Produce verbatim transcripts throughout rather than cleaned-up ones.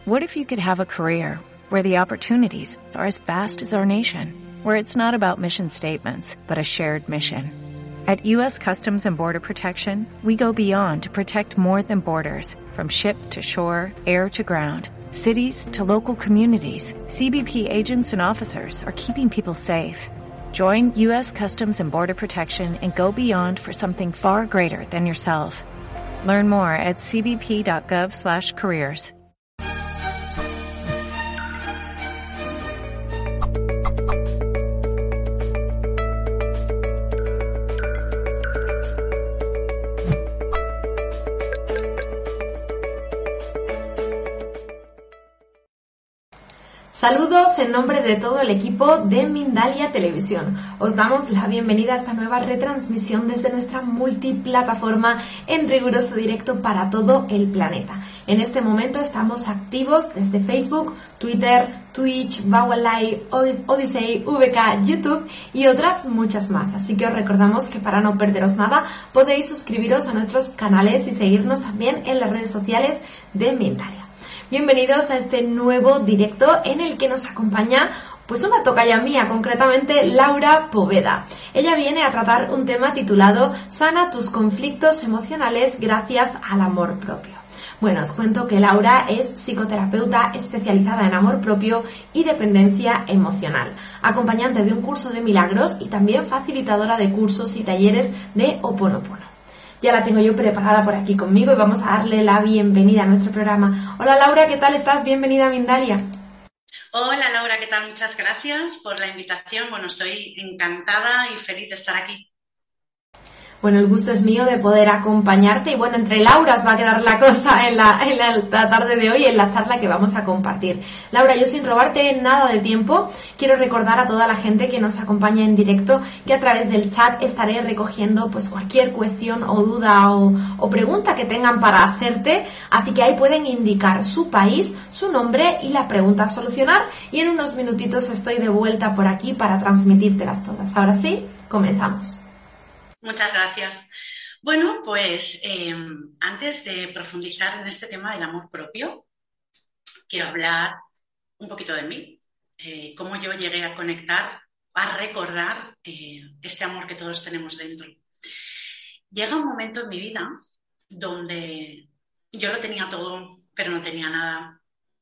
What if you could have a career where the opportunities are as vast as our nation, where it's not about mission statements, but a shared mission? At U S Customs and Border Protection, we go beyond to protect more than borders, from ship to shore, air to ground, cities to local communities. C B P agents and officers are keeping people safe. Join U S Customs and Border Protection and go beyond for something far greater than yourself. Learn more at c b p dot gov slash careers. Saludos en nombre de todo el equipo de Mindalia Televisión. Os damos la bienvenida a esta nueva retransmisión desde nuestra multiplataforma en riguroso directo para todo el planeta. En este momento estamos activos desde Facebook, Twitter, Twitch, Bauer Live, Odyssey, V K, YouTube y otras muchas más. Así que os recordamos que para no perderos nada podéis suscribiros a nuestros canales y seguirnos también en las redes sociales de Mindalia. Bienvenidos a este nuevo directo en el que nos acompaña pues una tocaya mía, concretamente Laura Poveda. Ella viene a tratar un tema titulado Sana tus conflictos emocionales gracias al amor propio. Bueno, os cuento que Laura es psicoterapeuta especializada en amor propio y dependencia emocional, acompañante de un curso de milagros y también facilitadora de cursos y talleres de Ho'oponopono. Ya la tengo yo preparada por aquí conmigo y vamos a darle la bienvenida a nuestro programa. Hola Laura, ¿qué tal estás? Bienvenida a Mindalia. Hola Laura, ¿qué tal? Muchas gracias por la invitación. Bueno, estoy encantada y feliz de estar aquí. Bueno, el gusto es mío de poder acompañarte y bueno, entre Lauras va a quedar la cosa en la, en la, la tarde de hoy, en la charla que vamos a compartir. Laura, yo sin robarte nada de tiempo, quiero recordar a toda la gente que nos acompaña en directo que a través del chat estaré recogiendo pues cualquier cuestión o duda o, o pregunta que tengan para hacerte, así que ahí pueden indicar su país, su nombre y la pregunta a solucionar y en unos minutitos estoy de vuelta por aquí para transmitírtelas todas. Ahora sí, comenzamos. Muchas gracias. Bueno, pues eh, antes de profundizar en este tema del amor propio, quiero hablar un poquito de mí, eh, cómo yo llegué a conectar, a recordar eh, este amor que todos tenemos dentro. Llega un momento en mi vida donde yo lo tenía todo, pero no tenía nada.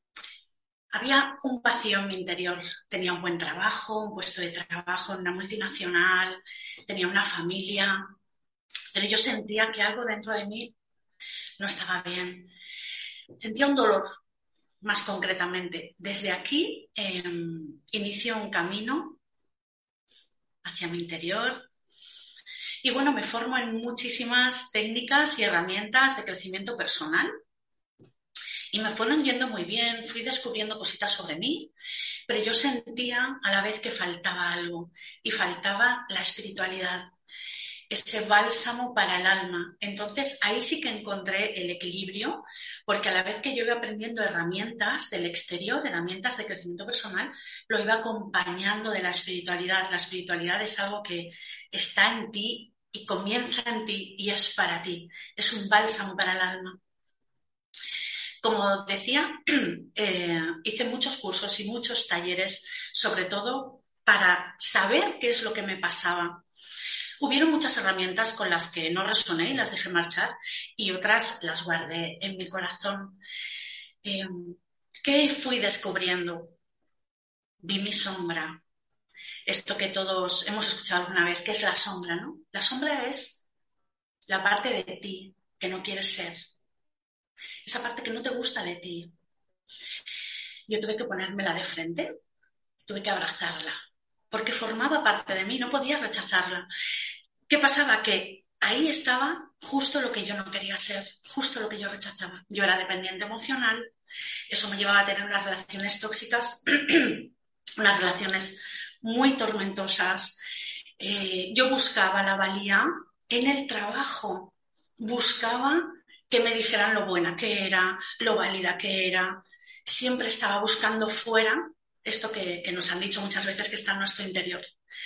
Había un vacío en mi interior. Tenía un buen trabajo, un puesto de trabajo en una multinacional, tenía una familia, pero yo sentía que algo dentro de mí no estaba bien. Sentía un dolor, más concretamente. Desde aquí eh, inicio un camino hacia mi interior y bueno, me formo en muchísimas técnicas y herramientas de crecimiento personal. Y me fueron yendo muy bien, fui descubriendo cositas sobre mí, pero yo sentía a la vez que faltaba algo, y faltaba la espiritualidad, ese bálsamo para el alma. Entonces ahí sí que encontré el equilibrio, porque a la vez que yo iba aprendiendo herramientas del exterior, herramientas de crecimiento personal, lo iba acompañando de la espiritualidad. La espiritualidad es algo que está en ti y comienza en ti y es para ti, es un bálsamo para el alma. Como decía, eh, hice muchos cursos y muchos talleres, sobre todo para saber qué es lo que me pasaba. Hubieron muchas herramientas con las que no resoné y las dejé marchar y otras las guardé en mi corazón. Eh, ¿Qué fui descubriendo? Vi mi sombra. Esto que todos hemos escuchado alguna vez, ¿qué es la sombra, no? La sombra es la parte de ti que no quieres ser. Esa parte que no te gusta de ti. Yo tuve que ponérmela de frente, tuve que abrazarla, porque formaba parte de mí, no podía rechazarla. ¿Qué pasaba? Que ahí estaba justo lo que yo no quería ser, justo lo que yo rechazaba. Yo era dependiente emocional, eso me llevaba a tener unas relaciones tóxicas, unas relaciones muy tormentosas. Eh, yo buscaba la valía en el trabajo, buscaba que me dijeran lo buena que era, lo válida que era. Siempre estaba buscando fuera esto que, que nos han dicho muchas veces que está en nuestro interior.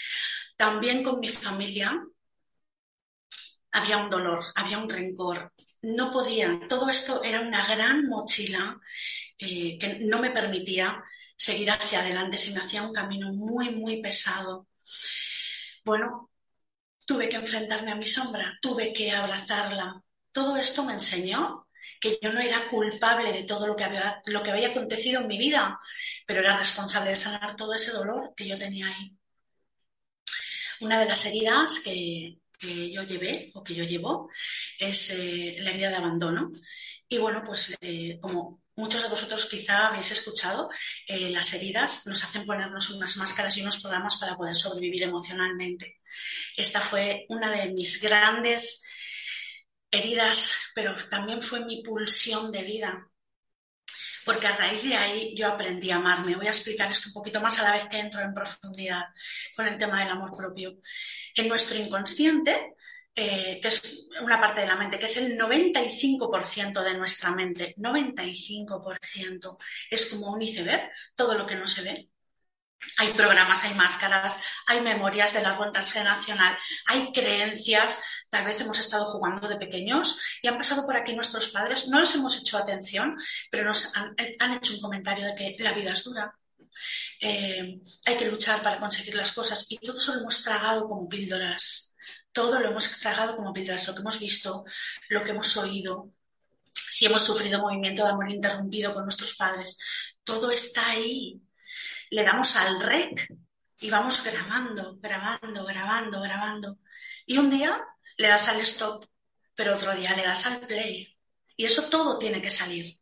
También con mi familia había un dolor, había un rencor. no podía, todo esto era una gran mochila eh, que no me permitía seguir hacia adelante, se me hacía un camino muy, muy pesado. Bueno, tuve que enfrentarme a mi sombra, tuve que abrazarla. Todo esto me enseñó que yo no era culpable de todo lo que había, lo que había acontecido en mi vida, pero era responsable de sanar todo ese dolor que yo tenía ahí. Una de las heridas que, que yo llevé o que yo llevo es eh, la herida de abandono. Y bueno, pues eh, como muchos de vosotros quizá habéis escuchado, eh, las heridas nos hacen ponernos unas máscaras y unos programas para poder sobrevivir emocionalmente. Esta fue una de mis grandes heridas, pero también fue mi pulsión de vida. Porque a raíz de ahí yo aprendí a amarme. Voy a explicar esto un poquito más a la vez que entro en profundidad con el tema del amor propio. En nuestro inconsciente, eh, que es una parte de la mente, que es el noventa y cinco por ciento de nuestra mente, noventa y cinco por ciento es como un iceberg, todo lo que no se ve. Hay programas, hay máscaras, hay memorias del árbol transgeneracional, hay creencias. Tal vez hemos estado jugando de pequeños y han pasado por aquí nuestros padres, no les hemos hecho atención, pero nos han, han hecho un comentario de que la vida es dura, eh, hay que luchar para conseguir las cosas y todo eso lo hemos tragado como píldoras, todo lo hemos tragado como píldoras, lo que hemos visto, lo que hemos oído, si hemos sufrido movimiento de amor interrumpido con nuestros padres, todo está ahí. Le damos al rec y vamos grabando, grabando, grabando, grabando. Y un día le das al stop, pero otro día le das al play. Y eso todo tiene que salir.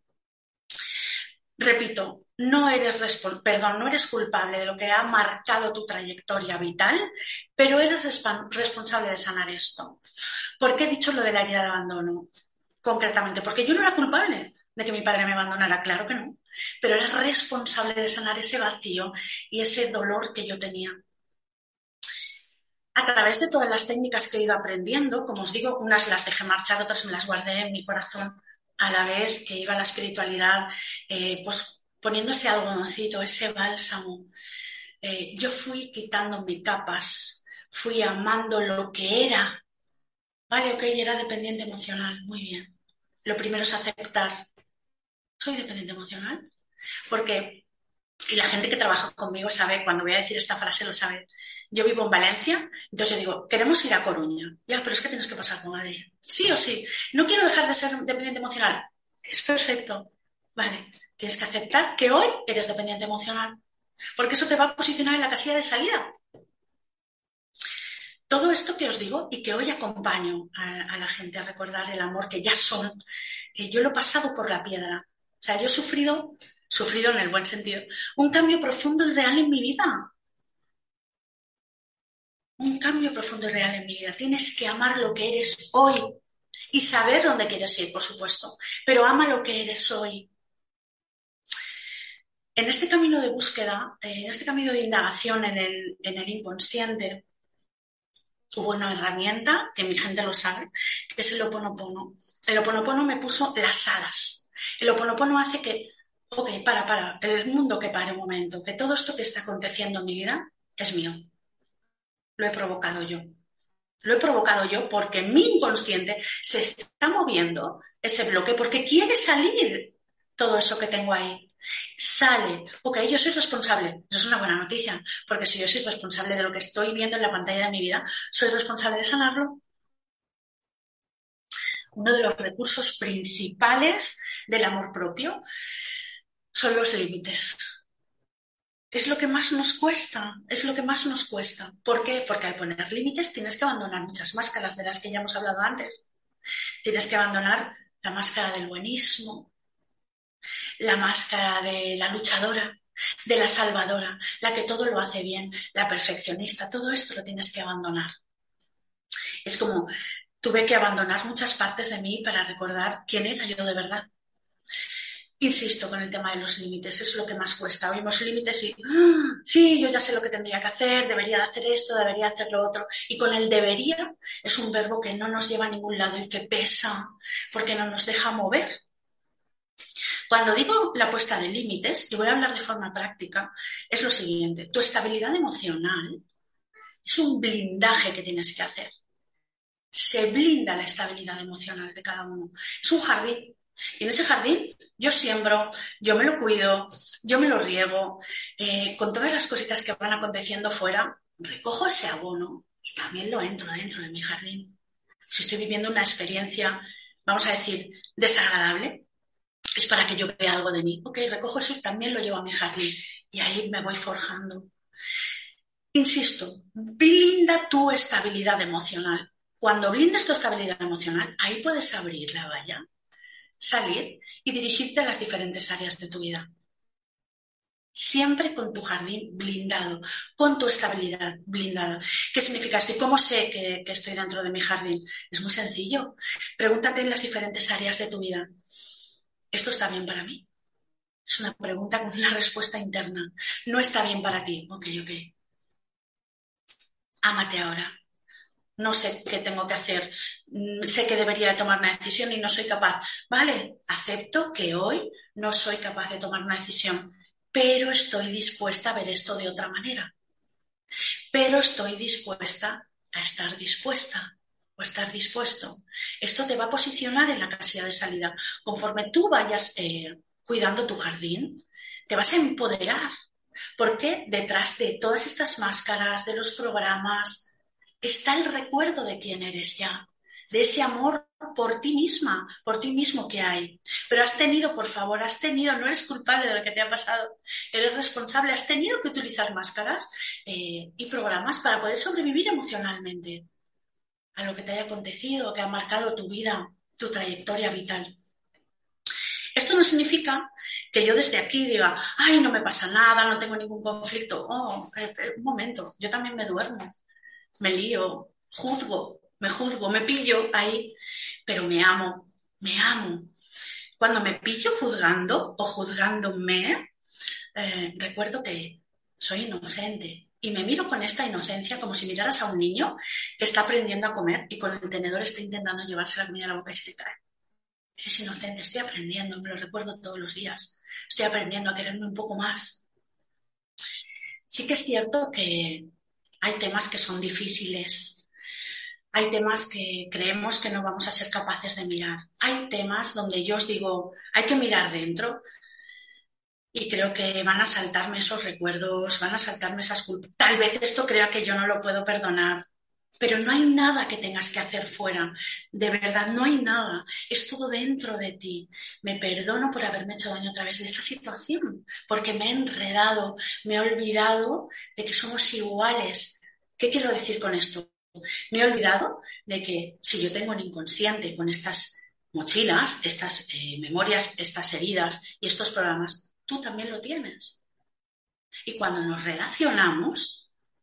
Repito, no eres, perdón, no eres culpable de lo que ha marcado tu trayectoria vital, pero eres responsable de sanar esto. ¿Por qué he dicho lo de la herida de abandono? Concretamente, porque yo no era culpable de que mi padre me abandonara, claro que no, pero era responsable de sanar ese vacío y ese dolor que yo tenía. A través de todas las técnicas que he ido aprendiendo, como os digo, unas las dejé marchar, otras me las guardé en mi corazón a la vez que iba a la espiritualidad, eh, pues poniendo ese algodoncito, ese bálsamo. Eh, yo fui quitándome capas, fui amando lo que era. Vale, ok, era dependiente emocional, muy bien. Lo primero es aceptar. ¿Soy dependiente emocional? Porque, y la gente que trabaja conmigo sabe, cuando voy a decir esta frase lo sabe, yo vivo en Valencia, entonces yo digo, queremos ir a Coruña. Ya, pero es que tienes que pasar por Madrid. Sí o sí. No quiero dejar de ser dependiente emocional. Es perfecto. Vale, tienes que aceptar que hoy eres dependiente emocional. Porque eso te va a posicionar en la casilla de salida. Todo esto que os digo y que hoy acompaño a, a la gente a recordar el amor que ya son, eh, yo lo he pasado por la piedra. O sea, yo he sufrido, sufrido en el buen sentido, un cambio profundo y real en mi vida. Un cambio profundo y real en mi vida. Tienes que amar lo que eres hoy y saber dónde quieres ir, por supuesto, pero ama lo que eres hoy. En este camino de búsqueda, en este camino de indagación en el, en el inconsciente, hubo una herramienta, que mi gente lo sabe, que es el Ho'oponopono. El Ho'oponopono me puso las alas. El Ho'oponopono hace que, ok, para, para, el mundo que pare un momento, que todo esto que está aconteciendo en mi vida es mío. Lo he provocado yo. Lo he provocado yo porque mi inconsciente se está moviendo ese bloque porque quiere salir todo eso que tengo ahí. Sale. Ok, yo soy responsable. Eso es una buena noticia, porque si yo soy responsable de lo que estoy viendo en la pantalla de mi vida, soy responsable de sanarlo. Uno de los recursos principales del amor propio son los límites. Es lo que más nos cuesta, es lo que más nos cuesta. ¿Por qué? Porque al poner límites tienes que abandonar muchas máscaras de las que ya hemos hablado antes. Tienes que abandonar la máscara del buenismo, la máscara de la luchadora, de la salvadora, la que todo lo hace bien, la perfeccionista. Todo esto lo tienes que abandonar. Es como tuve que abandonar muchas partes de mí para recordar quién era yo de verdad. Insisto con el tema de los límites, es lo que más cuesta. Oímos límites y, ¡ah! Sí, yo ya sé lo que tendría que hacer, debería de hacer esto, debería hacer lo otro. Y con el debería es un verbo que no nos lleva a ningún lado y que pesa, porque no nos deja mover. Cuando digo la puesta de límites, y voy a hablar de forma práctica, es lo siguiente. Tu estabilidad emocional es un blindaje que tienes que hacer. se blinda la estabilidad emocional de cada uno. Es un jardín. Y en ese jardín yo siembro, yo me lo cuido, yo me lo riego, eh, con todas las cositas que van aconteciendo fuera, recojo ese abono y también lo entro dentro de mi jardín. Si estoy viviendo una experiencia, vamos a decir, desagradable, es para que yo vea algo de mí. Ok, recojo eso y también lo llevo a mi jardín. Y ahí me voy forjando. Insisto, blinda tu estabilidad emocional. Cuando blindes tu estabilidad emocional, ahí puedes abrir la valla, salir y dirigirte a las diferentes áreas de tu vida. Siempre con tu jardín blindado, con tu estabilidad blindada. ¿Qué significa esto? ¿Y cómo sé que, que estoy dentro de mi jardín? Es muy sencillo. Pregúntate en las diferentes áreas de tu vida. ¿Esto está bien para mí? Es una pregunta con una respuesta interna. No está bien para ti. Ok, ok. Ámate ahora. No sé qué tengo que hacer. Sé que debería tomar una decisión y no soy capaz. Vale, acepto que hoy no soy capaz de tomar una decisión, pero estoy dispuesta a ver esto de otra manera. Pero estoy dispuesta a estar dispuesta o estar dispuesto. Esto te va a posicionar en la casilla de salida. Conforme tú vayas eh, cuidando tu jardín, te vas a empoderar. Porque detrás de todas estas máscaras, de los programas, está el recuerdo de quién eres ya, de ese amor por ti misma, por ti mismo que hay. Pero has tenido, por favor, has tenido, no eres culpable de lo que te ha pasado, eres responsable, has tenido que utilizar máscaras eh, y programas para poder sobrevivir emocionalmente a lo que te haya acontecido, que ha marcado tu vida, tu trayectoria vital. Esto no significa que yo desde aquí diga, ay, no me pasa nada, no tengo ningún conflicto. Oh, eh, eh, un momento, yo también me duermo, me lío, juzgo, me juzgo, me pillo ahí, pero me amo, me amo. Cuando me pillo juzgando o juzgándome, eh, recuerdo que soy inocente y me miro con esta inocencia como si miraras a un niño que está aprendiendo a comer y con el tenedor está intentando llevarse la comida a la boca y se le cae. Eres inocente, estoy aprendiendo, me lo recuerdo todos los días. Estoy aprendiendo a quererme un poco más. Sí que es cierto que hay temas que son difíciles. Hay temas que creemos que no vamos a ser capaces de mirar. Hay temas donde yo os digo, hay que mirar dentro y creo que van a saltarme esos recuerdos, van a saltarme esas culpas. Tal vez esto crea que yo no lo puedo perdonar. Pero no hay nada que tengas que hacer fuera. De verdad, no hay nada. Es todo dentro de ti. Me perdono por haberme hecho daño a través de esta situación, porque me he enredado, me he olvidado de que somos iguales. ¿Qué quiero decir con esto? Me he olvidado de que si yo tengo un inconsciente con estas mochilas, estas eh, memorias, estas heridas y estos programas, tú también lo tienes. Y cuando nos relacionamos,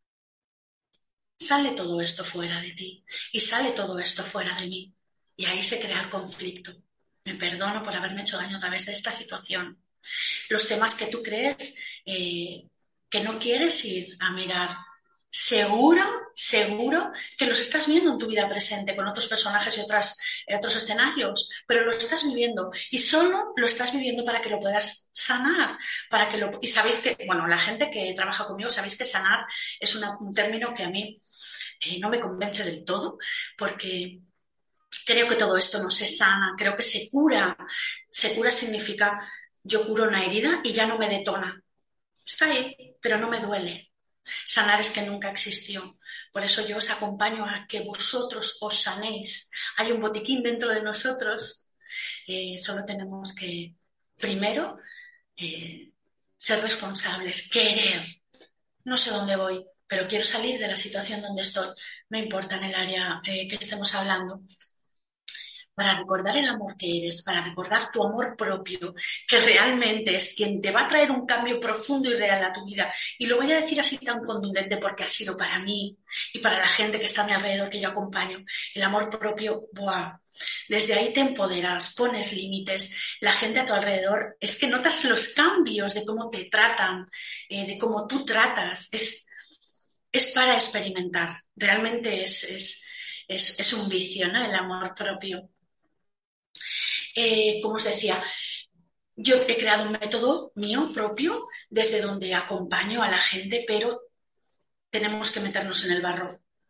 sale todo esto fuera de ti y sale todo esto fuera de mí. Y ahí se crea el conflicto. Me perdono por haberme hecho daño a través de esta situación. Los temas que tú crees eh, que no quieres ir a mirar. Seguro, seguro que los estás viendo en tu vida presente con otros personajes y otras, eh, otros escenarios, pero lo estás viviendo y solo lo estás viviendo para que lo puedas sanar. Para que lo, y sabéis que, bueno, la gente que trabaja conmigo, sabéis que sanar es una, un término que a mí eh, no me convence del todo, porque creo que todo esto no se sana, creo que se cura. Se cura significa yo curo una herida y ya no me detona. Está ahí, pero no me duele. Sanar es que nunca existió. Por eso yo os acompaño a que vosotros os sanéis. Hay un botiquín dentro de nosotros. Eh, solo tenemos que, primero, eh, ser responsables, querer. No sé dónde voy, pero quiero salir de la situación donde estoy. No importa en el área eh, que estemos hablando. Para recordar el amor que eres, para recordar tu amor propio, que realmente es quien te va a traer un cambio profundo y real a tu vida. Y lo voy a decir así tan contundente porque ha sido para mí y para la gente que está a mi alrededor, que yo acompaño. El amor propio, ¡buah! Desde ahí te empoderas, pones límites. La gente a tu alrededor, es que notas los cambios de cómo te tratan, eh, de cómo tú tratas. Es, es para experimentar. Realmente es, es, es, es un vicio, ¿no? El amor propio. Eh, como os decía, yo he creado un método mío propio desde donde acompaño a la gente, pero tenemos que meternos en el barro.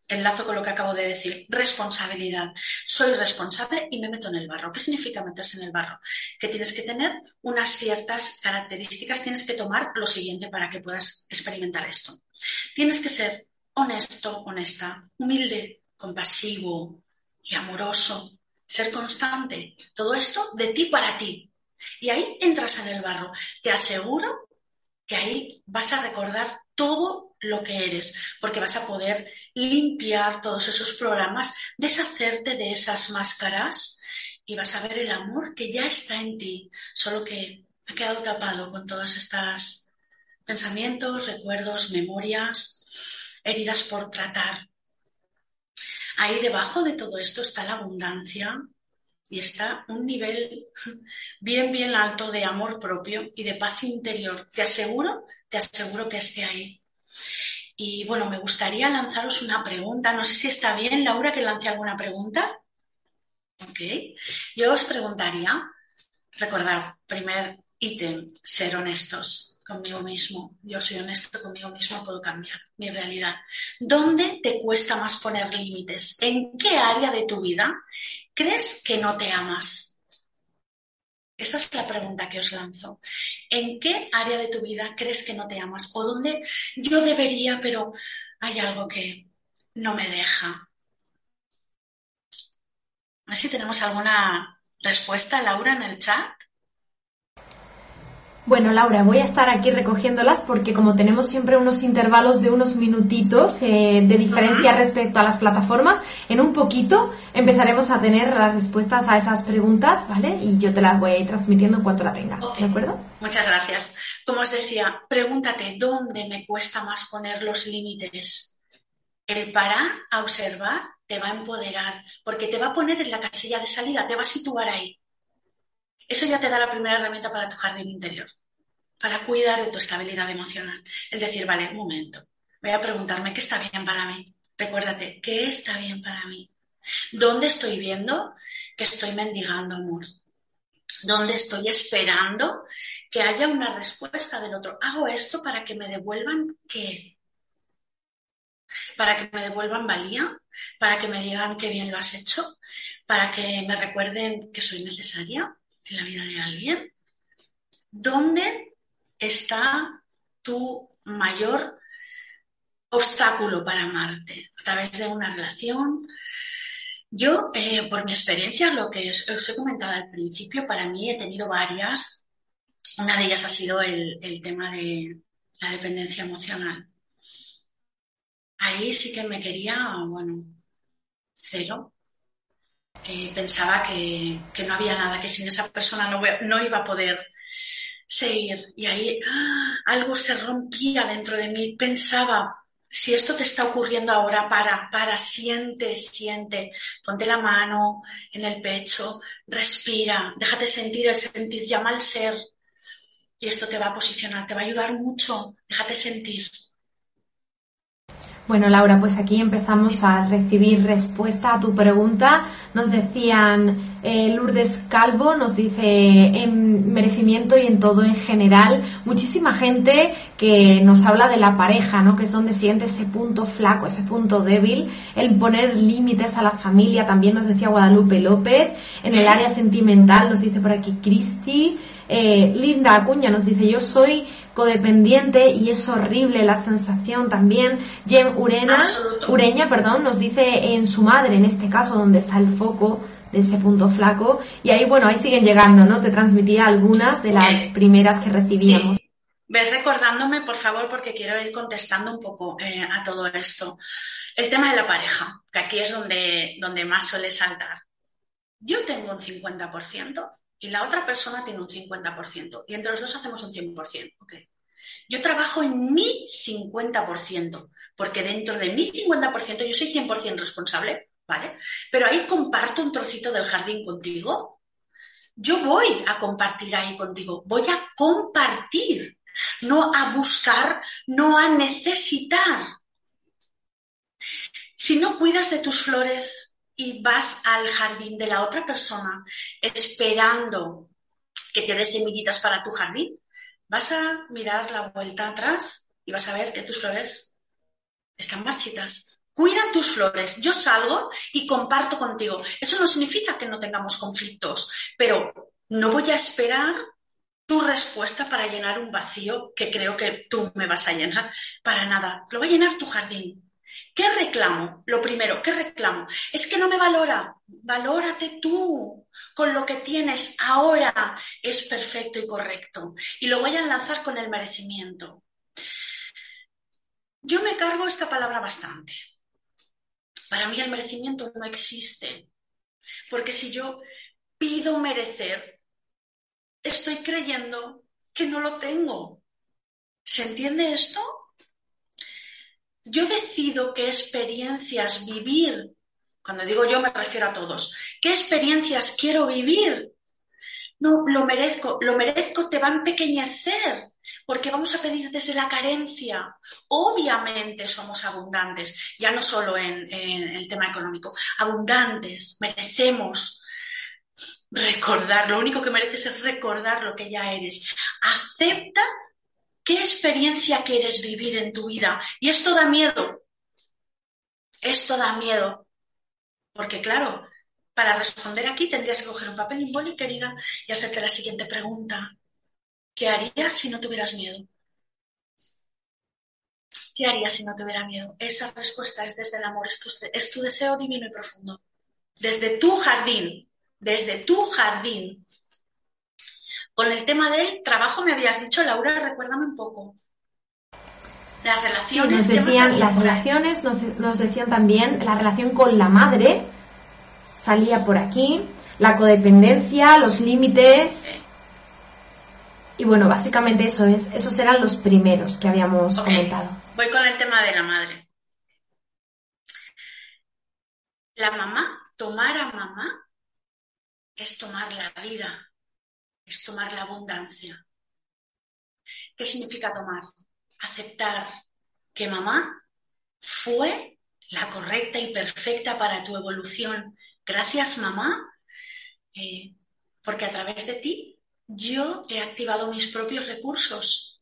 enlazo con lo que acabo de decir, responsabilidad. Soy responsable y me meto en el barro. ¿Qué significa meterse en el barro? Que tienes que tener unas ciertas características, tienes que tomar lo siguiente para que puedas experimentar esto. Tienes que ser honesto, honesta, humilde, compasivo y amoroso, ser constante. Todo esto de ti para ti. Y ahí entras en el barro. Te aseguro que ahí vas a recordar todo lo que eres, porque vas a poder limpiar todos esos programas, deshacerte de esas máscaras y vas a ver el amor que ya está en ti, solo que ha quedado tapado con todos estos pensamientos, recuerdos, memorias, heridas por tratar. Ahí debajo de todo esto está la abundancia y está un nivel bien, bien alto de amor propio y de paz interior. Te aseguro, te aseguro que esté ahí. Y bueno, me gustaría lanzaros una pregunta. No sé si está bien, Laura, que lance alguna pregunta. Ok. Yo os preguntaría, recordad, primer ítem, ser honestos conmigo mismo. Yo soy honesto conmigo mismo, puedo cambiar mi realidad. ¿Dónde te cuesta más poner límites? ¿En qué área de tu vida crees que no te amas? Esa es la pregunta que os lanzo. ¿En qué área de tu vida crees que no te amas? ¿O dónde yo debería, pero hay algo que no me deja? A ver si tenemos alguna respuesta, Laura, en el chat. Bueno, Laura, voy a estar aquí recogiéndolas porque como tenemos siempre unos intervalos de unos minutitos eh, de diferencia respecto a las plataformas, en un poquito empezaremos a tener las respuestas a esas preguntas, ¿vale? Y yo te las voy a ir transmitiendo en cuanto la tenga, Okay. ¿de acuerdo? Muchas gracias. Como os decía, pregúntate, ¿dónde me cuesta más poner los límites? El parar a observar te va a empoderar, porque te va a poner en la casilla de salida, te va a situar ahí. Eso ya te da la primera herramienta para tu jardín interior, para cuidar de tu estabilidad emocional. Es decir, vale, un momento, voy a preguntarme qué está bien para mí. Recuérdate, ¿qué está bien para mí? ¿Dónde estoy viendo que estoy mendigando amor? ¿Dónde estoy esperando que haya una respuesta del otro? Hago esto para que me devuelvan ¿qué? Para que me devuelvan valía, para que me digan qué bien lo has hecho, para que me recuerden que soy necesaria en la vida de alguien. ¿Dónde está tu mayor obstáculo para amarte? ¿A través de una relación? Yo, eh, por mi experiencia, lo que os, os he comentado al principio, para mí he tenido varias. Una de ellas ha sido el, el tema de la dependencia emocional. Ahí sí que me quería, bueno, cero. Eh, pensaba que, que no había nada, que sin esa persona no, no iba a poder seguir. Y ahí ¡ah! Algo se rompía dentro de mí. Pensaba, si esto te está ocurriendo ahora, para, para, siente, siente. Ponte la mano en el pecho, respira, déjate sentir el sentir, llama al ser. Y esto te va a posicionar, te va a ayudar mucho. Déjate sentir. Bueno, Laura, pues aquí empezamos a recibir respuesta a tu pregunta. Nos decían, eh, Lourdes Calvo nos dice en merecimiento y en todo en general. Muchísima gente que nos habla de la pareja, ¿no? Que es donde siente ese punto flaco, ese punto débil. El poner límites a la familia, también nos decía Guadalupe López. En el área sentimental nos dice por aquí Cristi. Eh, Linda Acuña nos dice, yo soy codependiente y es horrible la sensación también. Jen Urena, Ureña perdón, nos dice en su madre, en este caso, donde está el foco de ese punto flaco. Y ahí, bueno, ahí siguen llegando, ¿no? Te transmitía algunas de las eh, primeras que recibíamos. Sí. Ves recordándome, por favor, porque quiero ir contestando un poco eh, a todo esto. El tema de la pareja, que aquí es donde, donde más suele saltar. Yo tengo un cincuenta por ciento y la otra persona tiene un cincuenta por ciento. Y entre los dos hacemos un cien por ciento. Okay. Yo trabajo en mi cincuenta por ciento, porque dentro de mi cincuenta por ciento yo soy cien por ciento responsable, ¿vale? Pero ahí comparto un trocito del jardín contigo. Yo voy a compartir ahí contigo. Voy a compartir, no a buscar, no a necesitar. Si no cuidas de tus flores y vas al jardín de la otra persona esperando que te dé semillitas para tu jardín, vas a mirar la vuelta atrás y vas a ver que tus flores están marchitas. Cuida tus flores. Yo salgo y comparto contigo. Eso no significa que no tengamos conflictos, pero no voy a esperar tu respuesta para llenar un vacío que creo que tú me vas a llenar. Para nada. Lo va a llenar tu jardín. ¿Qué reclamo? Lo primero, ¿qué reclamo? Es que no me valora. Valórate tú. Con lo que tienes ahora es perfecto y correcto. Y lo voy a enlazar con el merecimiento. Yo me cargo esta palabra bastante. Para mí el merecimiento no existe, porque si yo pido merecer, estoy creyendo que no lo tengo. ¿Se entiende esto? Yo decido qué experiencias vivir. Cuando digo yo me refiero a todos. ¿Qué experiencias quiero vivir? No, lo merezco. Lo merezco te va a empequeñecer. Porque vamos a pedir desde la carencia. Obviamente somos abundantes, ya no solo en, en el tema económico, abundantes, merecemos recordar, lo único que mereces es recordar lo que ya eres. Acepta qué experiencia quieres vivir en tu vida. Y esto da miedo, esto da miedo, porque claro, para responder aquí tendrías que coger un papel y un boli, querida, y hacerte la siguiente pregunta. ¿Qué harías si no tuvieras miedo? ¿Qué harías si no tuviera miedo? Esa respuesta es desde el amor, es tu, es tu deseo divino y profundo. Desde tu jardín, desde tu jardín. Con el tema del trabajo me habías dicho, Laura, recuérdame un poco. Las relaciones. Sí, nos decían las relaciones, nos, nos decían también la relación con la madre, salía por aquí, la codependencia, los límites. Sí. Y bueno, básicamente eso es, esos eran los primeros que habíamos okay. comentado. Voy con el tema de la madre. La mamá, tomar a mamá, es tomar la vida, es tomar la abundancia. ¿Qué significa tomar? Aceptar que mamá fue la correcta y perfecta para tu evolución. Gracias, mamá, eh, porque a través de ti yo he activado mis propios recursos.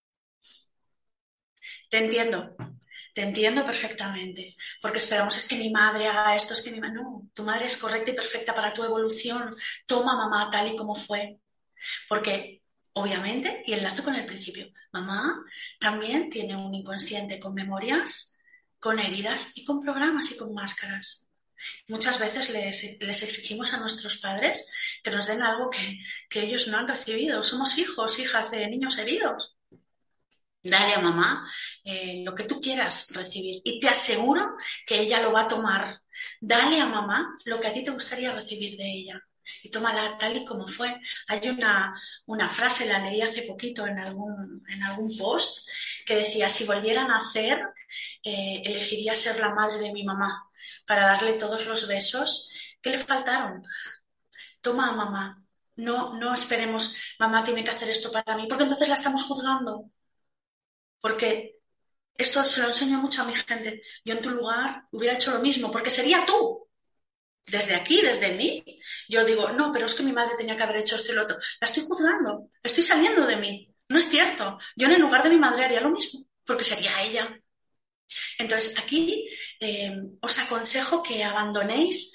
Te entiendo, te entiendo perfectamente, porque esperamos es que mi madre haga esto, es que mi madre... No, tu madre es correcta y perfecta para tu evolución. Toma mamá tal y como fue, porque obviamente, y enlazo con el principio, mamá también tiene un inconsciente con memorias, con heridas y con programas y con máscaras. Muchas veces les, les exigimos a nuestros padres que nos den algo que, que ellos no han recibido. Somos hijos, hijas de niños heridos. Dale a mamá eh, lo que tú quieras recibir y te aseguro que ella lo va a tomar. Dale a mamá lo que a ti te gustaría recibir de ella y tómala tal y como fue. Hay una, una frase, la leí hace poquito en algún, en algún post, que decía, si volviera a nacer, eh, elegiría ser la madre de mi mamá para darle todos los besos que le faltaron. Toma a mamá. No, no esperemos, mamá tiene que hacer esto para mí, porque entonces la estamos juzgando. Porque esto se lo enseño mucho a mi gente. Yo en tu lugar hubiera hecho lo mismo, porque sería tú. Desde aquí, desde mí, yo digo, no, pero es que mi madre tenía que haber hecho esto y lo otro. La estoy juzgando, estoy saliendo de mí. No es cierto. Yo en el lugar de mi madre haría lo mismo, porque sería ella. Entonces, aquí eh, os aconsejo que abandonéis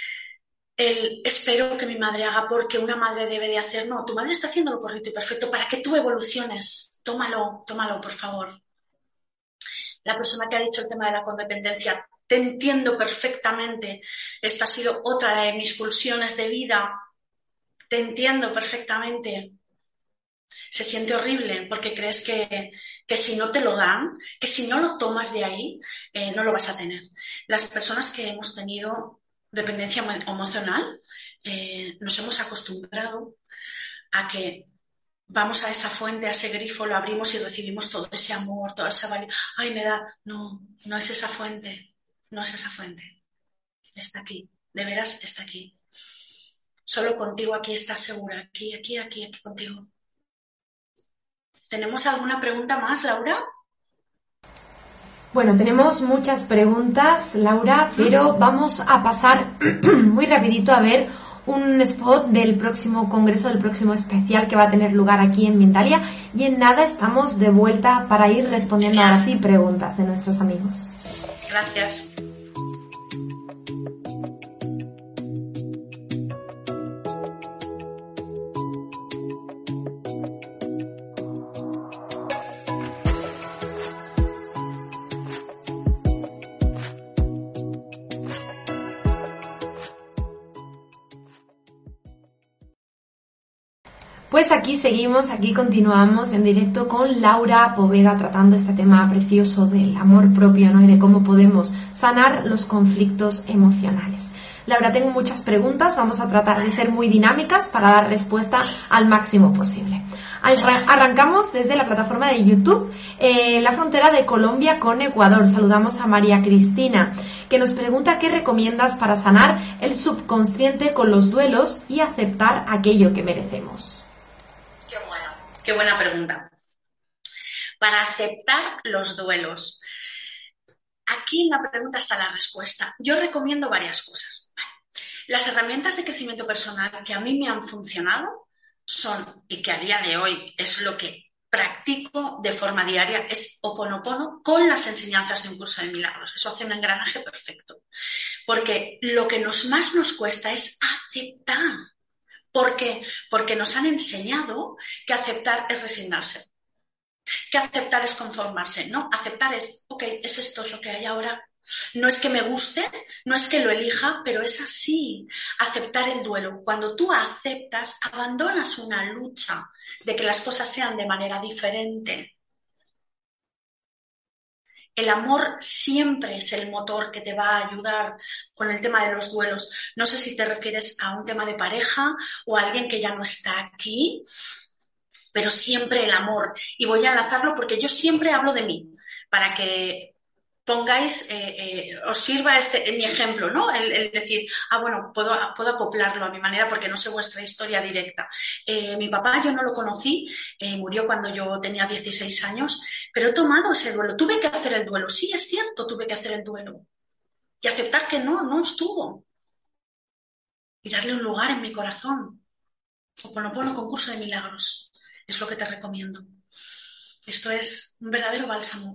el espero que mi madre haga porque una madre debe de hacer. No, tu madre está haciendo lo correcto y perfecto para que tú evoluciones. Tómalo, tómalo, por favor. La persona que ha dicho el tema de la codependencia, te entiendo perfectamente. Esta ha sido otra de mis pulsiones de vida. Te entiendo perfectamente. Se siente horrible porque crees que, que si no te lo dan, que si no lo tomas de ahí, eh, no lo vas a tener. Las personas que hemos tenido dependencia emocional, eh, nos hemos acostumbrado a que vamos a esa fuente, a ese grifo, lo abrimos y recibimos todo ese amor, toda esa valía. Ay, me da. No, no es esa fuente, no es esa fuente. Está aquí, de veras está aquí. Solo contigo aquí estás segura, aquí, aquí, aquí, aquí contigo. ¿Tenemos alguna pregunta más, Laura? Bueno, tenemos muchas preguntas, Laura, pero vamos a pasar muy rapidito a ver un spot del próximo congreso, del próximo especial que va a tener lugar aquí en Mindalia. Y en nada estamos de vuelta para ir respondiendo ahora sí preguntas de nuestros amigos. Gracias. Pues aquí seguimos, aquí continuamos en directo con Laura Poveda tratando este tema precioso del amor propio, ¿no? Y de cómo podemos sanar los conflictos emocionales. Laura, tengo muchas preguntas, vamos a tratar de ser muy dinámicas para dar respuesta al máximo posible. Arrancamos desde la plataforma de YouTube, eh, la frontera de Colombia con Ecuador. Saludamos a María Cristina, que nos pregunta qué recomiendas para sanar el subconsciente con los duelos y aceptar aquello que merecemos. Qué buena, qué buena pregunta. Para aceptar los duelos. Aquí en la pregunta está la respuesta. Yo recomiendo varias cosas. Las herramientas de crecimiento personal que a mí me han funcionado son, y que a día de hoy es lo que practico de forma diaria, es Ho'oponopono con las enseñanzas de un curso de milagros. Eso hace un engranaje perfecto. Porque lo que nos más nos cuesta es aceptar. ¿Por qué? Porque nos han enseñado que aceptar es resignarse, que aceptar es conformarse. No, aceptar es, ok, es esto es lo que hay ahora. No es que me guste, no es que lo elija, pero es así. Aceptar el duelo. Cuando tú aceptas, abandonas una lucha de que las cosas sean de manera diferente. El amor siempre es el motor que te va a ayudar con el tema de los duelos. No sé si te refieres a un tema de pareja o a alguien que ya no está aquí, pero siempre el amor. Y voy a enlazarlo porque yo siempre hablo de mí, para que pongáis, eh, eh, os sirva este, mi ejemplo, ¿no? El, el decir, ah, bueno, puedo, puedo acoplarlo a mi manera porque no sé vuestra historia directa. Eh, mi papá yo no lo conocí, eh, murió cuando yo tenía dieciséis años, pero he tomado ese duelo. Tuve que hacer el duelo, sí, es cierto, tuve que hacer el duelo. Y aceptar que no, no estuvo. Y darle un lugar en mi corazón. Ho'oponopono con curso de milagros. Es lo que te recomiendo. Esto es un verdadero bálsamo.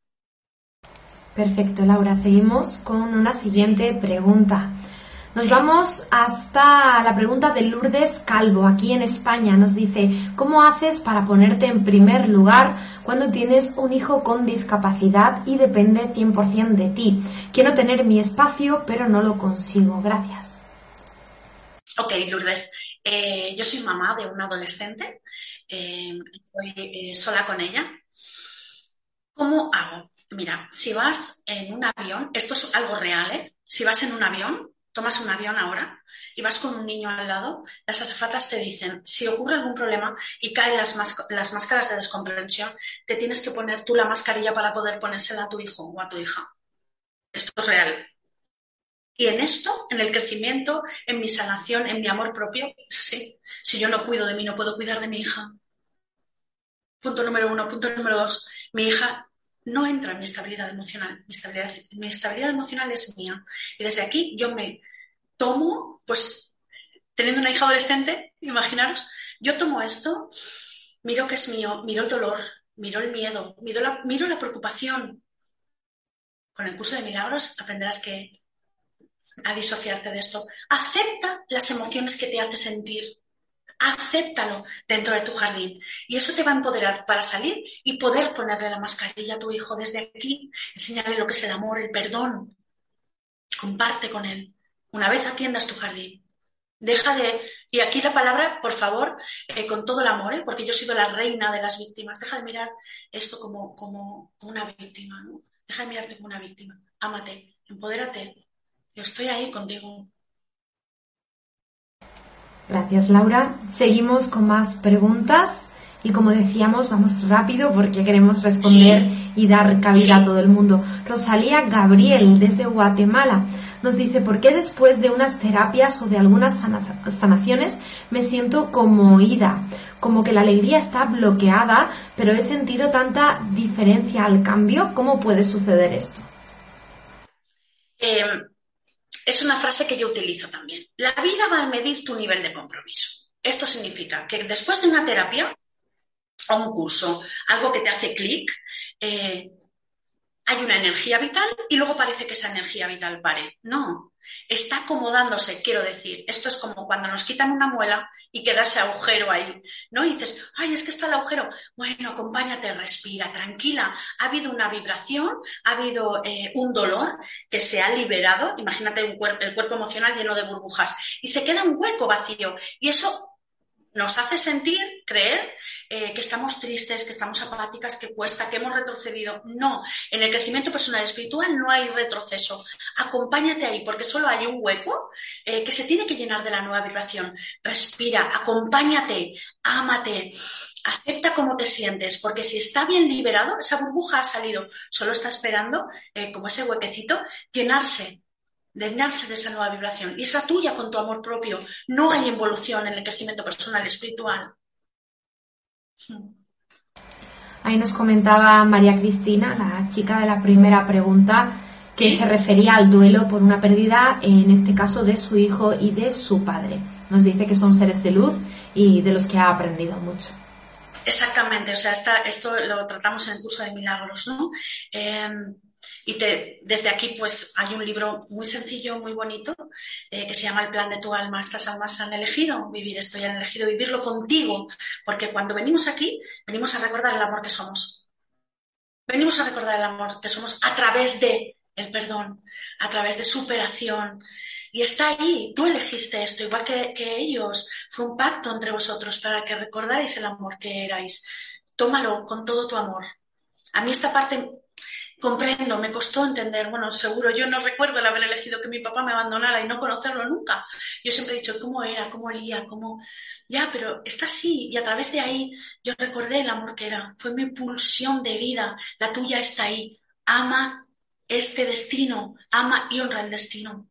Perfecto, Laura. Seguimos con una siguiente pregunta. Nos sí. vamos hasta la pregunta de Lourdes Calvo, aquí en España. Nos dice, ¿cómo haces para ponerte en primer lugar cuando tienes un hijo con discapacidad y depende cien por ciento de ti? Quiero tener mi espacio, pero no lo consigo. Gracias. Ok, Lourdes. Eh, yo soy mamá de un adolescente. Eh, estoy eh, sola con ella. ¿Cómo hago? Mira, si vas en un avión, esto es algo real, ¿eh? Si vas en un avión, tomas un avión ahora y vas con un niño al lado, las azafatas te dicen, si ocurre algún problema y caen las, mas- las máscaras de descomprensión, te tienes que poner tú la mascarilla para poder ponérsela a tu hijo o a tu hija. Esto es real. Y en esto, en el crecimiento, en mi sanación, en mi amor propio, es así. Si yo no cuido de mí, no puedo cuidar de mi hija. Punto número uno. Punto número dos. Mi hija no entra en mi estabilidad emocional. Mi estabilidad, mi estabilidad emocional es mía. Y desde aquí yo me tomo, pues, teniendo una hija adolescente, imaginaros, yo tomo esto, miro que es mío, miro el dolor, miro el miedo, miro la, miro la preocupación. Con el curso de milagros aprenderás que a disociarte de esto. Acepta las emociones que te hace sentir. Acéptalo dentro de tu jardín y eso te va a empoderar para salir y poder ponerle la mascarilla a tu hijo desde aquí, enseñarle lo que es el amor, el perdón, comparte con él. Una vez atiendas tu jardín, deja de, y aquí la palabra, por favor, eh, con todo el amor, ¿eh? Porque yo he sido la reina de las víctimas, deja de mirar esto como, como, como una víctima, ¿no? Deja de mirarte como una víctima, ámate, empodérate, yo estoy ahí contigo. Gracias, Laura. Seguimos con más preguntas y, como decíamos, vamos rápido porque queremos responder sí. y dar cabida sí. a todo el mundo. Rosalía Gabriel, desde Guatemala, nos dice, ¿por qué después de unas terapias o de algunas sana- sanaciones me siento conmoída? Como que la alegría está bloqueada, pero he sentido tanta diferencia al cambio. ¿Cómo puede suceder esto? Eh... Es una frase que yo utilizo también. La vida va a medir tu nivel de compromiso. Esto significa que después de una terapia o un curso, algo que te hace clic, eh, hay una energía vital y luego parece que esa energía vital pare. No, está acomodándose, quiero decir. Esto es como cuando nos quitan una muela y queda ese agujero ahí, ¿no? Y dices, ay, es que está el agujero. Bueno, acompáñate, respira, tranquila. Ha habido una vibración, ha habido eh, un dolor que se ha liberado. Imagínate un cuerpo, el cuerpo emocional lleno de burbujas y se queda un hueco vacío. Y eso nos hace sentir, creer eh, que estamos tristes, que estamos apáticas, que cuesta, que hemos retrocedido. No, en el crecimiento personal y espiritual no hay retroceso. Acompáñate ahí, porque solo hay un hueco eh, que se tiene que llenar de la nueva vibración. Respira, acompáñate, ámate, acepta cómo te sientes, porque si está bien liberado, esa burbuja ha salido, solo está esperando, eh, como ese huequecito, llenarse. de llenarse de esa nueva vibración. Y es la tuya con tu amor propio. No hay involución en el crecimiento personal y espiritual. Ahí nos comentaba María Cristina, la chica de la primera pregunta, que ¿Sí? se refería al duelo por una pérdida, en este caso de su hijo y de su padre. Nos dice que son seres de luz y de los que ha aprendido mucho. Exactamente, o sea, esta, esto lo tratamos en el curso de milagros, ¿no? Eh, Y te, desde aquí pues hay un libro muy sencillo, muy bonito, eh, que se llama El plan de tu alma. Estas almas han elegido vivir esto y han elegido vivirlo contigo, porque cuando venimos aquí, venimos a recordar el amor que somos. Venimos a recordar el amor que somos a través de el perdón, a través de superación. Y está ahí, tú elegiste esto, igual que, que ellos. Fue un pacto entre vosotros para que recordarais el amor que erais. Tómalo con todo tu amor. A mí esta parte... comprendo, me costó entender, bueno, seguro, yo no recuerdo el haber elegido que mi papá me abandonara y no conocerlo nunca. Yo siempre he dicho cómo era, cómo olía, cómo... Ya, pero está así, y a través de ahí yo recordé el amor que era. Fue mi pulsión de vida, la tuya está ahí. Ama este destino, ama y honra el destino.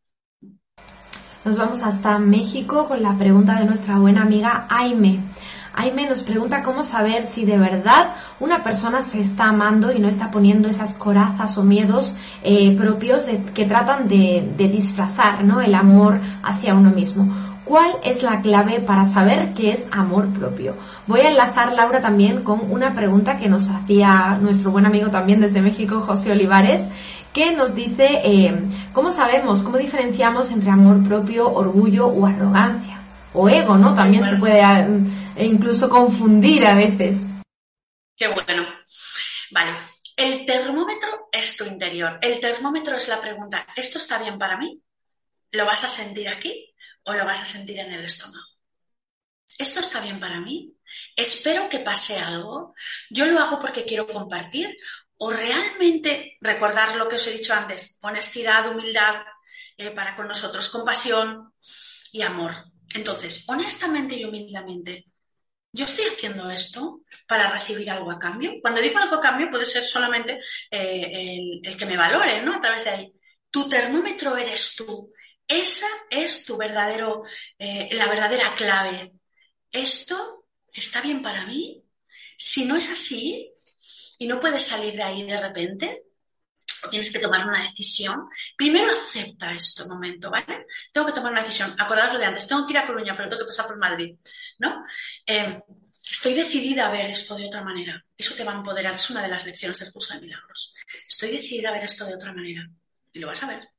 Nos vamos hasta México con la pregunta de nuestra buena amiga Aime. Aime nos pregunta cómo saber si de verdad una persona se está amando y no está poniendo esas corazas o miedos eh, propios de, que tratan de, de disfrazar, ¿no?, el amor hacia uno mismo. ¿Cuál es la clave para saber qué es amor propio? Voy a enlazar, Laura, también con una pregunta que nos hacía nuestro buen amigo también desde México, José Olivares, que nos dice eh, ¿cómo sabemos, cómo diferenciamos entre amor propio, orgullo o arrogancia? O ego, ¿no? También bueno. se puede eh, incluso confundir a veces. Qué bueno. Vale. El termómetro es tu interior. El termómetro es la pregunta, ¿esto está bien para mí? ¿Lo vas a sentir aquí o lo vas a sentir en el estómago? ¿Esto está bien para mí? ¿Espero que pase algo? ¿Yo lo hago porque quiero compartir? ¿O realmente recordar lo que os he dicho antes? Honestidad, humildad eh, para con nosotros, compasión y amor. Entonces, honestamente y humildemente, ¿yo estoy haciendo esto para recibir algo a cambio? Cuando digo algo a cambio puede ser solamente eh, el, el que me valore, ¿no? A través de ahí. Tu termómetro eres tú. Esa es tu verdadero, eh, la verdadera clave. ¿Esto está bien para mí? Si no es así y no puedes salir de ahí de repente, tienes que tomar una decisión. Primero acepta este momento, ¿vale? Tengo que tomar una decisión. Acordaros de antes. Tengo que ir a Coruña, pero tengo que pasar por Madrid, ¿no? Eh, estoy decidida a ver esto de otra manera. Eso te va a empoderar. Es una de las lecciones del curso de milagros. Estoy decidida a ver esto de otra manera. Y lo vas a ver.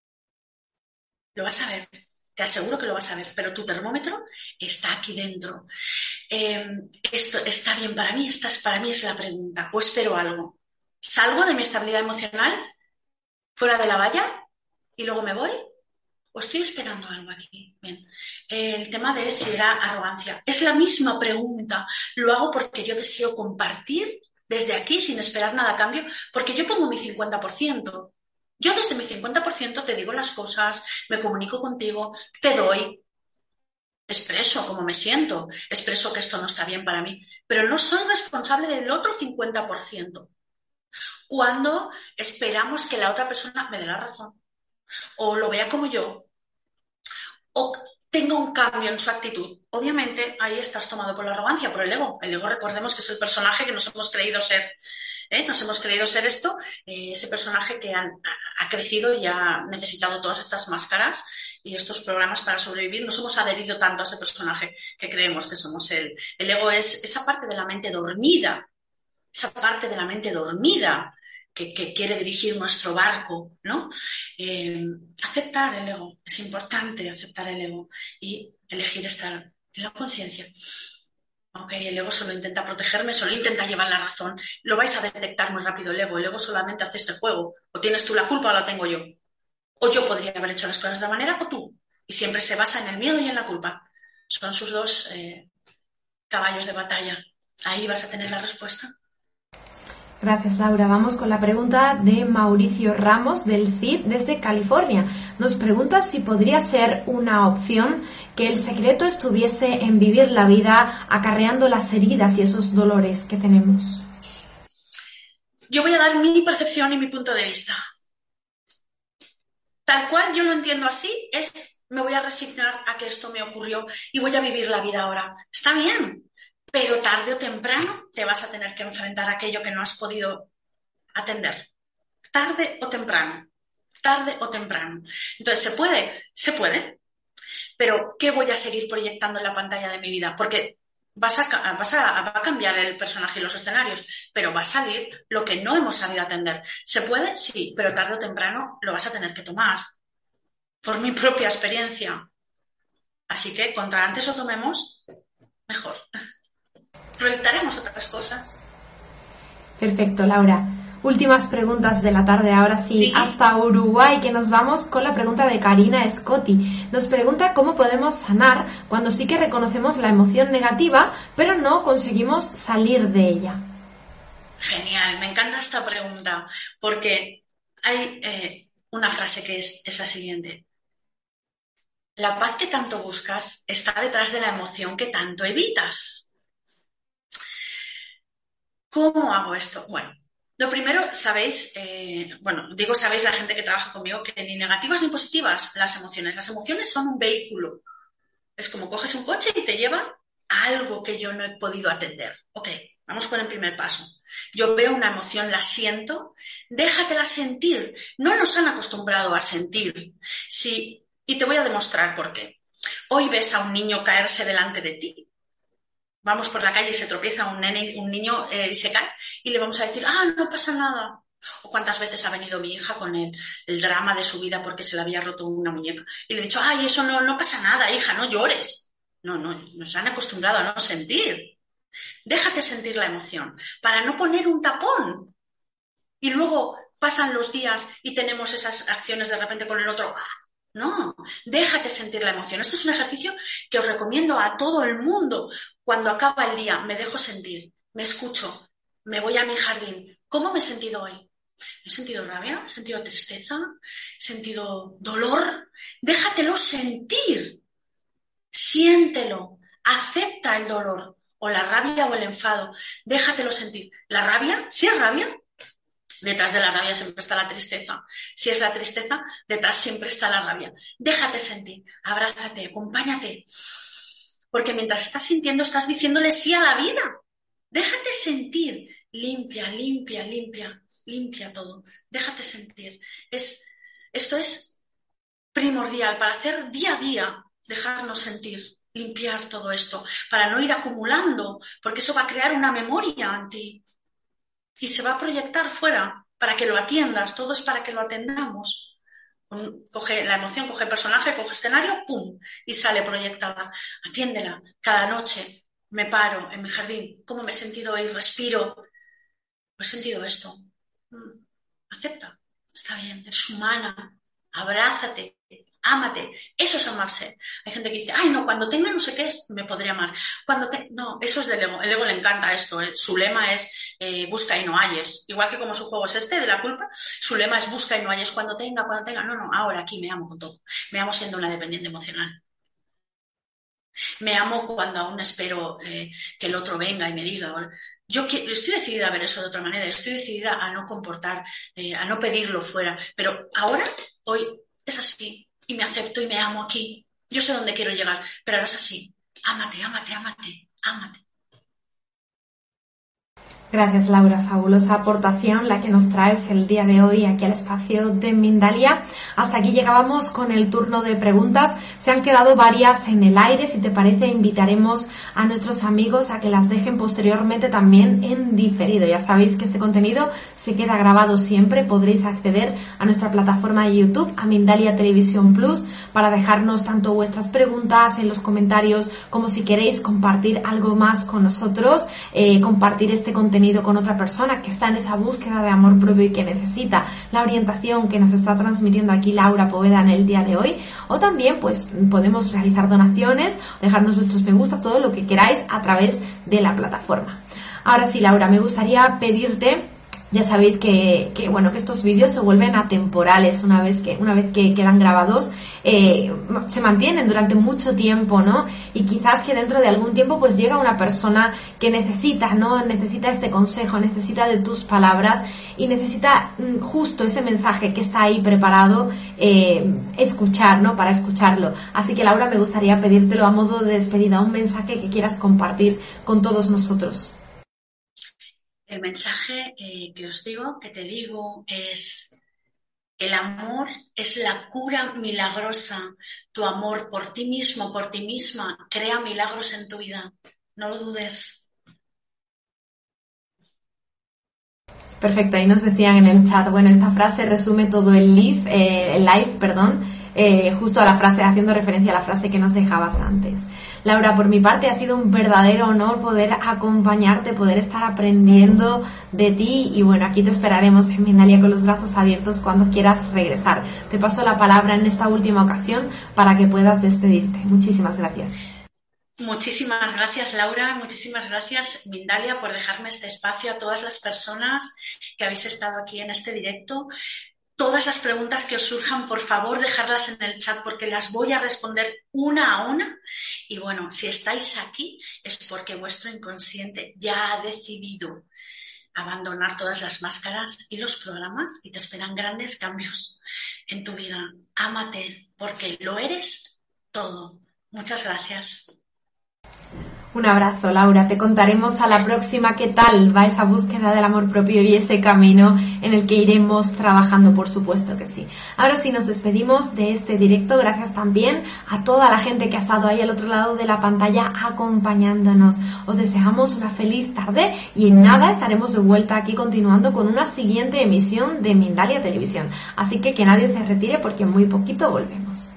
Lo vas a ver. Te aseguro que lo vas a ver. Pero tu termómetro está aquí dentro. Eh, esto está bien para mí. Esta es, para mí es la pregunta. ¿O espero algo? ¿Salgo de mi estabilidad emocional fuera de la valla y luego me voy? ¿O estoy esperando algo aquí? Bien. El tema de si era arrogancia. Es la misma pregunta. Lo hago porque yo deseo compartir desde aquí sin esperar nada a cambio, porque yo pongo mi cincuenta por ciento. Yo desde mi cincuenta por ciento te digo las cosas, me comunico contigo, te doy. Expreso cómo me siento, expreso que esto no está bien para mí, pero no soy responsable del otro cincuenta por ciento. Cuando esperamos que la otra persona me dé la razón, o lo vea como yo, o tenga un cambio en su actitud. Obviamente ahí estás tomado por la arrogancia, por el ego. El ego, recordemos que es el personaje que nos hemos creído ser. ¿eh? Nos hemos creído ser esto, eh, ese personaje que han, ha crecido y ha necesitado todas estas máscaras y estos programas para sobrevivir. Nos hemos adherido tanto a ese personaje que creemos que somos él. El ego es esa parte de la mente dormida, esa parte de la mente dormida que, que quiere dirigir nuestro barco, ¿no? Eh, aceptar el ego, es importante aceptar el ego y elegir estar en la conciencia. Ok, el ego solo intenta protegerme, solo intenta llevar la razón. Lo vais a detectar muy rápido el ego. El ego solamente hace este juego. O tienes tú la culpa o la tengo yo. O yo podría haber hecho las cosas de la manera o tú. Y siempre se basa en el miedo y en la culpa. Son sus dos eh, caballos de batalla. Ahí vas a tener la respuesta. Gracias, Laura. Vamos con la pregunta de Mauricio Ramos del C I D desde California. Nos pregunta si podría ser una opción que el secreto estuviese en vivir la vida acarreando las heridas y esos dolores que tenemos. Yo voy a dar mi percepción y mi punto de vista. Tal cual yo lo entiendo así, es me voy a resignar a que esto me ocurrió y voy a vivir la vida ahora. Está bien. Pero tarde o temprano te vas a tener que enfrentar a aquello que no has podido atender. Tarde o temprano. Tarde o temprano. Entonces, ¿se puede? Se puede. Pero, ¿qué voy a seguir proyectando en la pantalla de mi vida? Porque vas a, vas a, va a cambiar el personaje y los escenarios, pero va a salir lo que no hemos sabido atender. ¿Se puede? Sí, pero tarde o temprano lo vas a tener que tomar. Por mi propia experiencia. Así que, contra antes lo tomemos, mejor. Proyectaremos otras cosas. Perfecto, Laura. Últimas preguntas de la tarde, ahora sí, sí, hasta Uruguay, que nos vamos con la pregunta de Karina Scotti. Nos pregunta cómo podemos sanar cuando sí que reconocemos la emoción negativa, pero no conseguimos salir de ella. Genial, me encanta esta pregunta, porque hay eh, una frase que es, es la siguiente. La paz que tanto buscas está detrás de la emoción que tanto evitas. ¿Cómo hago esto? Bueno, lo primero, sabéis, eh, bueno, digo sabéis la gente que trabaja conmigo, que ni negativas ni positivas las emociones. Las emociones son un vehículo. Es como coges un coche y te lleva a algo que yo no he podido atender. Ok, vamos con el primer paso. Yo veo una emoción, la siento, déjatela sentir. No nos han acostumbrado a sentir. Sí, y te voy a demostrar por qué. Hoy ves a un niño caerse delante de ti. Vamos por la calle y se tropieza un, nene, un niño eh, y se cae y le vamos a decir, ah, no pasa nada. O cuántas veces ha venido mi hija con el, el drama de su vida porque se le había roto una muñeca. Y le he dicho, ay, eso no, no pasa nada, hija, no llores. No, no, nos han acostumbrado a no sentir. Déjate sentir la emoción para no poner un tapón. Y luego pasan los días y tenemos esas acciones de repente con el otro. No, déjate sentir la emoción. Este es un ejercicio que os recomiendo a todo el mundo. Cuando acaba el día, me dejo sentir, me escucho, me voy a mi jardín. ¿Cómo me he sentido hoy? ¿Me he sentido rabia? ¿He sentido tristeza? ¿He sentido dolor? Déjatelo sentir. Siéntelo. Acepta el dolor o la rabia o el enfado. Déjatelo sentir. ¿La rabia? ¿Sí es rabia? Detrás de la rabia siempre está la tristeza. Si es la tristeza, detrás siempre está la rabia. Déjate sentir, abrázate, acompáñate. Porque mientras estás sintiendo, estás diciéndole sí a la vida. Déjate sentir. Limpia, limpia, limpia, limpia todo. Déjate sentir. Es, esto es primordial para hacer día a día, dejarnos sentir, limpiar todo esto, para no ir acumulando, porque eso va a crear una memoria en ti. Y se va a proyectar fuera para que lo atiendas. Todo es para que lo atendamos. Coge la emoción, coge el personaje, coge escenario, ¡pum! Y sale proyectada. Atiéndela. Cada noche me paro en mi jardín. ¿Cómo me he sentido hoy? Respiro. He sentido esto. Acepta. Está bien. Eres humana. Abrázate. Ámate. Eso es amarse. Hay gente que dice, ay, no, cuando tenga no sé qué es, me podría amar. Cuando te... No, eso es del ego. El ego le encanta esto. ¿eh? Su lema es eh, busca y no halles. Igual que como su juego es este, de la culpa, su lema es busca y no halles. Cuando tenga, cuando tenga. No, no, ahora aquí me amo con todo. Me amo siendo una dependiente emocional. Me amo cuando aún espero eh, que el otro venga y me diga. Yo que, estoy decidida a ver eso de otra manera. Estoy decidida a no comportar, eh, a no pedirlo fuera. Pero ahora, hoy, es así. Y me acepto y me amo aquí. Yo sé dónde quiero llegar, pero ahora es así. Ámate, ámate, ámate, ámate. Gracias, Laura, fabulosa aportación la que nos traes el día de hoy aquí al espacio de Mindalia. Hasta aquí llegábamos con el turno de preguntas. Se han quedado varias en el aire. Si te parece, invitaremos a nuestros amigos a que las dejen posteriormente también en diferido. Ya sabéis que este contenido se queda grabado siempre. Podréis acceder a nuestra plataforma de YouTube, a Mindalia Televisión Plus, para dejarnos tanto vuestras preguntas en los comentarios como si queréis compartir algo más con nosotros, eh, compartir este contenido con otra persona que está en esa búsqueda de amor propio y que necesita la orientación que nos está transmitiendo aquí Laura Poveda en el día de hoy. O también pues podemos realizar donaciones, dejarnos vuestros me gusta, todo lo que queráis a través de la plataforma. Ahora sí, Laura, me gustaría pedirte, ya sabéis que, que bueno que estos vídeos se vuelven atemporales una vez que una vez que quedan grabados, eh, se mantienen durante mucho tiempo, ¿no? Y quizás que dentro de algún tiempo pues llega una persona que necesita, ¿no? Necesita este consejo, necesita de tus palabras y necesita mm, justo ese mensaje que está ahí preparado, eh, escuchar, ¿no? Para escucharlo. Así que, Laura, me gustaría pedírtelo a modo de despedida, un mensaje que quieras compartir con todos nosotros. El mensaje eh, que os digo, que te digo, es: el amor es la cura milagrosa. Tu amor por ti mismo, por ti misma, crea milagros en tu vida. No lo dudes. Perfecto, ahí nos decían en el chat, bueno, esta frase resume todo el live, eh, el live, perdón, eh, justo a la frase, haciendo referencia a la frase que nos dejabas antes. Laura, por mi parte ha sido un verdadero honor poder acompañarte, poder estar aprendiendo de ti y bueno, aquí te esperaremos en Mindalia con los brazos abiertos cuando quieras regresar. Te paso la palabra en esta última ocasión para que puedas despedirte. Muchísimas gracias. Muchísimas gracias, Laura, muchísimas gracias, Mindalia, por dejarme este espacio, a todas las personas que habéis estado aquí en este directo. Todas las preguntas que os surjan, por favor, dejarlas en el chat porque las voy a responder una a una. Y bueno, si estáis aquí es porque vuestro inconsciente ya ha decidido abandonar todas las máscaras y los programas y te esperan grandes cambios en tu vida. Ámate porque lo eres todo. Muchas gracias. Un abrazo, Laura. Te contaremos a la próxima qué tal va esa búsqueda del amor propio y ese camino en el que iremos trabajando, por supuesto que sí. Ahora sí nos despedimos de este directo. Gracias también a toda la gente que ha estado ahí al otro lado de la pantalla acompañándonos. Os deseamos una feliz tarde y en nada estaremos de vuelta aquí continuando con una siguiente emisión de Mindalia Televisión. Así que que nadie se retire porque en muy poquito volvemos.